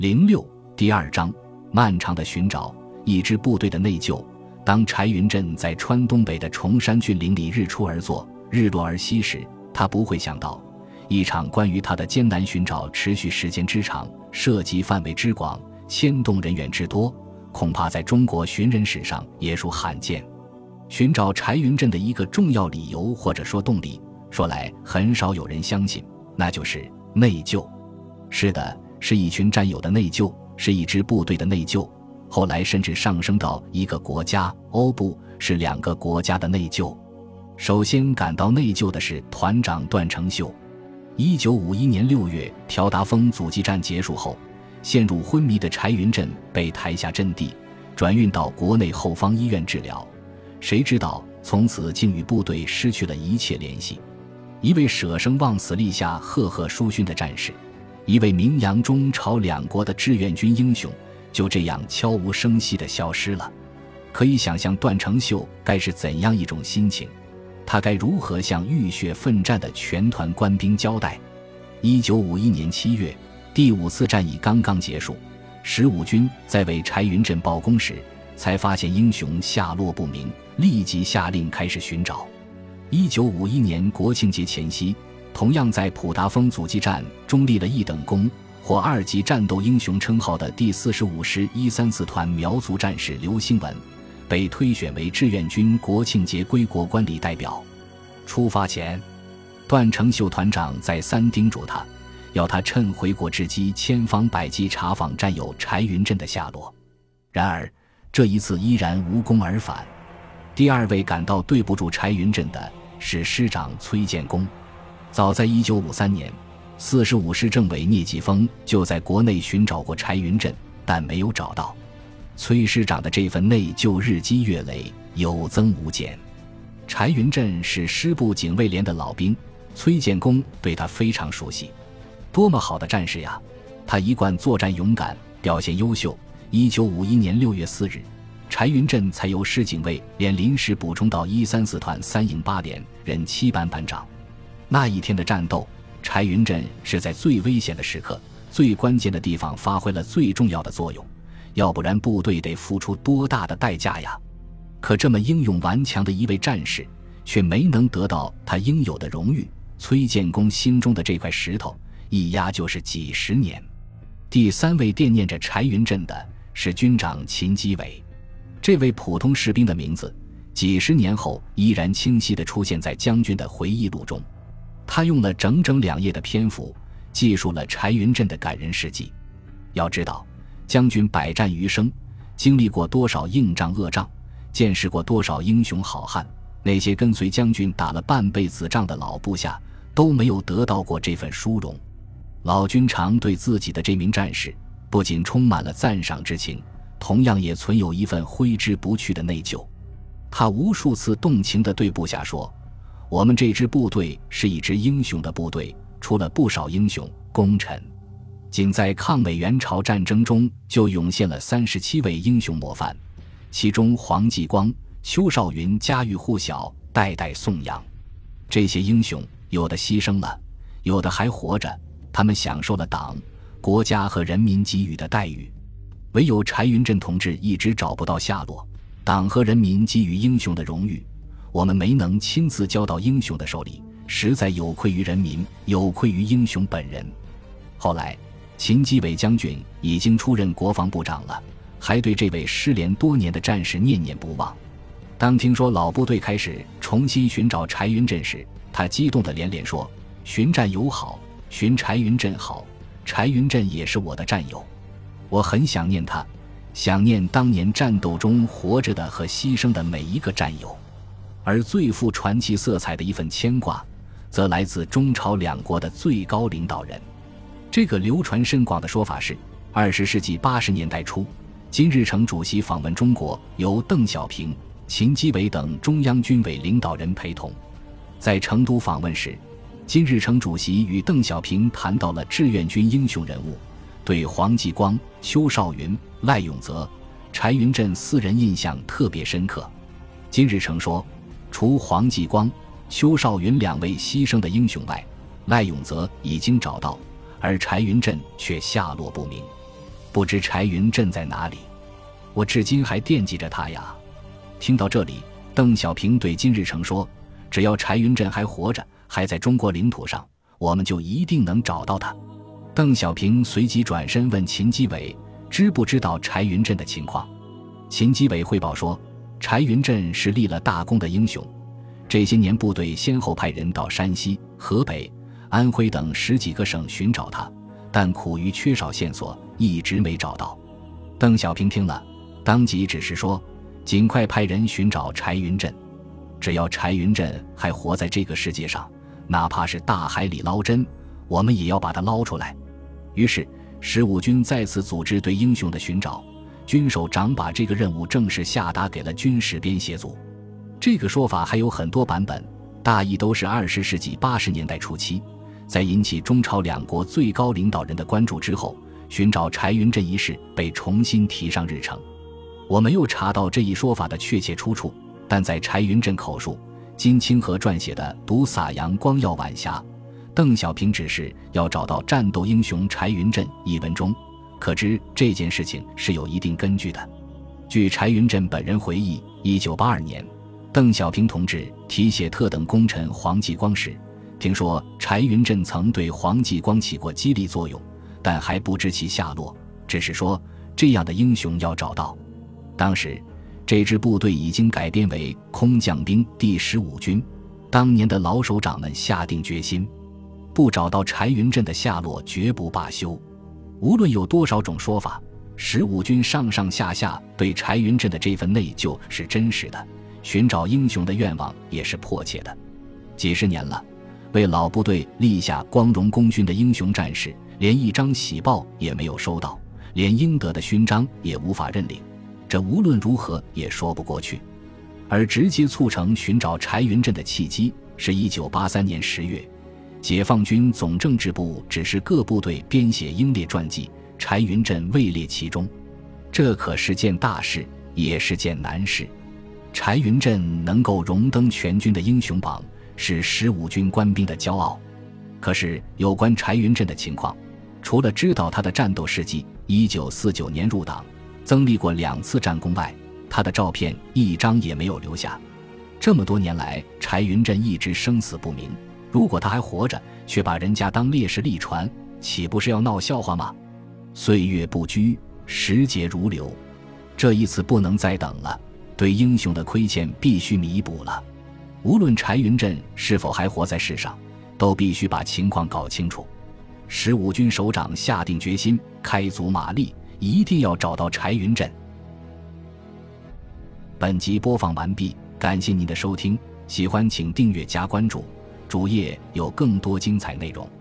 06第2章漫长的寻找，一支部队的内疚。当柴云振在川东北的崇山峻岭里日出而作，日落而息时，他不会想到，一场关于他的艰难寻找持续时间之长，涉及范围之广，牵动人员之多，恐怕在中国寻人史上也属罕见。寻找柴云振的一个重要理由或者说动力，说来很少有人相信，那就是内疚。是的，是一群战友的内疚，是一支部队的内疚，后来甚至上升到一个国家，不是2个国家的内疚。首先感到内疚的是团长段成秀。1951年6月条达峰阻击战结束后，陷入昏迷的柴云振被抬下阵地，转运到国内后方医院治疗。谁知道从此竟与部队失去了一切联系。一位舍生忘死立下赫赫书勋的战士，一位名扬中朝2国的志愿军英雄，就这样悄无声息地消失了。可以想象段成秀该是怎样一种心情，他该如何向浴血奋战的全团官兵交代。1951年7月，第5次战役刚刚结束，15军在为柴云振报功时，才发现英雄下落不明，立即下令开始寻找。1951年国庆节前夕，同样在普达峰阻击战中立了一等功，获2级战斗英雄称号的第45师134团苗族战士刘兴文，被推选为志愿军国庆节归国观礼代表。出发前，段成秀团长再三叮嘱他，要他趁回国之机千方百计查访战友柴云振的下落。然而这一次依然无功而返。第2位感到对不住柴云振的是师长崔建功。早在1953年，45师政委聂继峰就在国内寻找过柴云振，但没有找到。崔师长的这份内疚日积月累，有增无减。柴云振是师部警卫连的老兵，崔建功对他非常熟悉。多么好的战士呀！他一贯作战勇敢，表现优秀。1951年6月4日，柴云振才由师警卫连临时补充到134团3营8连，任7班班长。那一天的战斗，柴云振是在最危险的时刻，最关键的地方发挥了最重要的作用，要不然部队得付出多大的代价呀！可这么英勇顽强的一位战士，却没能得到他应有的荣誉。崔建功心中的这块石头，一压就是几十年。第3位惦念着柴云振的是军长秦基伟。这位普通士兵的名字，几十年后依然清晰地出现在将军的回忆录中。他用了整整2页的篇幅，记述了柴云振的感人事迹。要知道，将军百战余生，经历过多少硬仗恶仗，见识过多少英雄好汉，那些跟随将军打了半辈子仗的老部下，都没有得到过这份殊荣。老军长对自己的这名战士，不仅充满了赞赏之情，同样也存有一份挥之不去的内疚。他无数次动情地对部下说，我们这支部队是一支英雄的部队，出了不少英雄功臣。仅在抗美援朝战争中就涌现了37位英雄模范，其中黄继光、邱少云家喻户晓，代代颂扬。这些英雄有的牺牲了，有的还活着，他们享受了党、国家和人民给予的待遇。唯有柴云振同志一直找不到下落，党和人民给予英雄的荣誉，我们没能亲自交到英雄的手里，实在有愧于人民，有愧于英雄本人。后来秦基伟将军已经出任国防部长了，还对这位失联多年的战士念念不忘。当听说老部队开始重新寻找柴云振时，他激动地连连说，寻战友好，寻柴云振好，柴云振也是我的战友，我很想念他，想念当年战斗中活着的和牺牲的每一个战友。而最富传奇色彩的一份牵挂，则来自中朝2国的最高领导人。这个流传甚广的说法是，20世纪80年代初，金日成主席访问中国，由邓小平、秦基伟等中央军委领导人陪同。在成都访问时，金日成主席与邓小平谈到了志愿军英雄人物，对黄继光、邱少云、赖永泽、柴云振4人印象特别深刻。金日成说，除黄继光、邱少云2位牺牲的英雄外，赖永泽已经找到，而柴云振却下落不明。 不知柴云振在哪里？我至今还惦记着他呀。听到这里，邓小平对金日成说，只要柴云振还活着，还在中国领土上，我们就一定能找到他。邓小平随即转身问秦基伟，知不知道柴云振的情况。秦基伟汇报说，柴云振是立了大功的英雄，这些年部队先后派人到山西、河北、安徽等10几个省寻找他，但苦于缺少线索，一直没找到。邓小平听了，当即指示说，尽快派人寻找柴云振，只要柴云振还活在这个世界上，哪怕是大海里捞针，我们也要把他捞出来。于是15军再次组织对英雄的寻找，军首长把这个任务正式下达给了军事编写组。这个说法还有很多版本，大意都是20世纪80年代初期，在引起中朝两国最高领导人的关注之后，寻找柴云振一事被重新提上日程。我没有查到这一说法的确切出处，但在柴云振口述，金清河撰写的《独洒阳光耀晚霞》，邓小平指示要找到战斗英雄柴云振一文中，可知这件事情是有一定根据的。据柴云振本人回忆，1982年，邓小平同志提携特等功臣黄继光时，听说柴云振曾对黄继光起过激励作用，但还不知其下落，只是说这样的英雄要找到。当时这支部队已经改编为空降兵第15军，当年的老首长们下定决心，不找到柴云振的下落绝不罢休。无论有多少种说法，15军上上下下对柴云振的这份内疚是真实的，寻找英雄的愿望也是迫切的。几十年了，为老部队立下光荣功勋的英雄战士，连一张喜报也没有收到，连应得的勋章也无法认领，这无论如何也说不过去。而直接促成寻找柴云振的契机是1983年10月，解放军总政治部指示各部队编写英烈传记，柴云振位列其中。这可是件大事，也是件难事。柴云振能够荣登全军的英雄榜，是15军官兵的骄傲。可是有关柴云振的情况，除了知道他的战斗事迹，1949年入党，曾立过2次战功外，他的照片一张也没有留下。这么多年来，柴云振一直生死不明，如果他还活着，却把人家当烈士立传，岂不是要闹笑话吗？岁月不居，时节如流，这一次不能再等了，对英雄的亏欠必须弥补了。无论柴云振是否还活在世上，都必须把情况搞清楚。15军首长下定决心，开足马力，一定要找到柴云振。本集播放完毕，感谢您的收听，喜欢请订阅加关注，主页有更多精彩内容。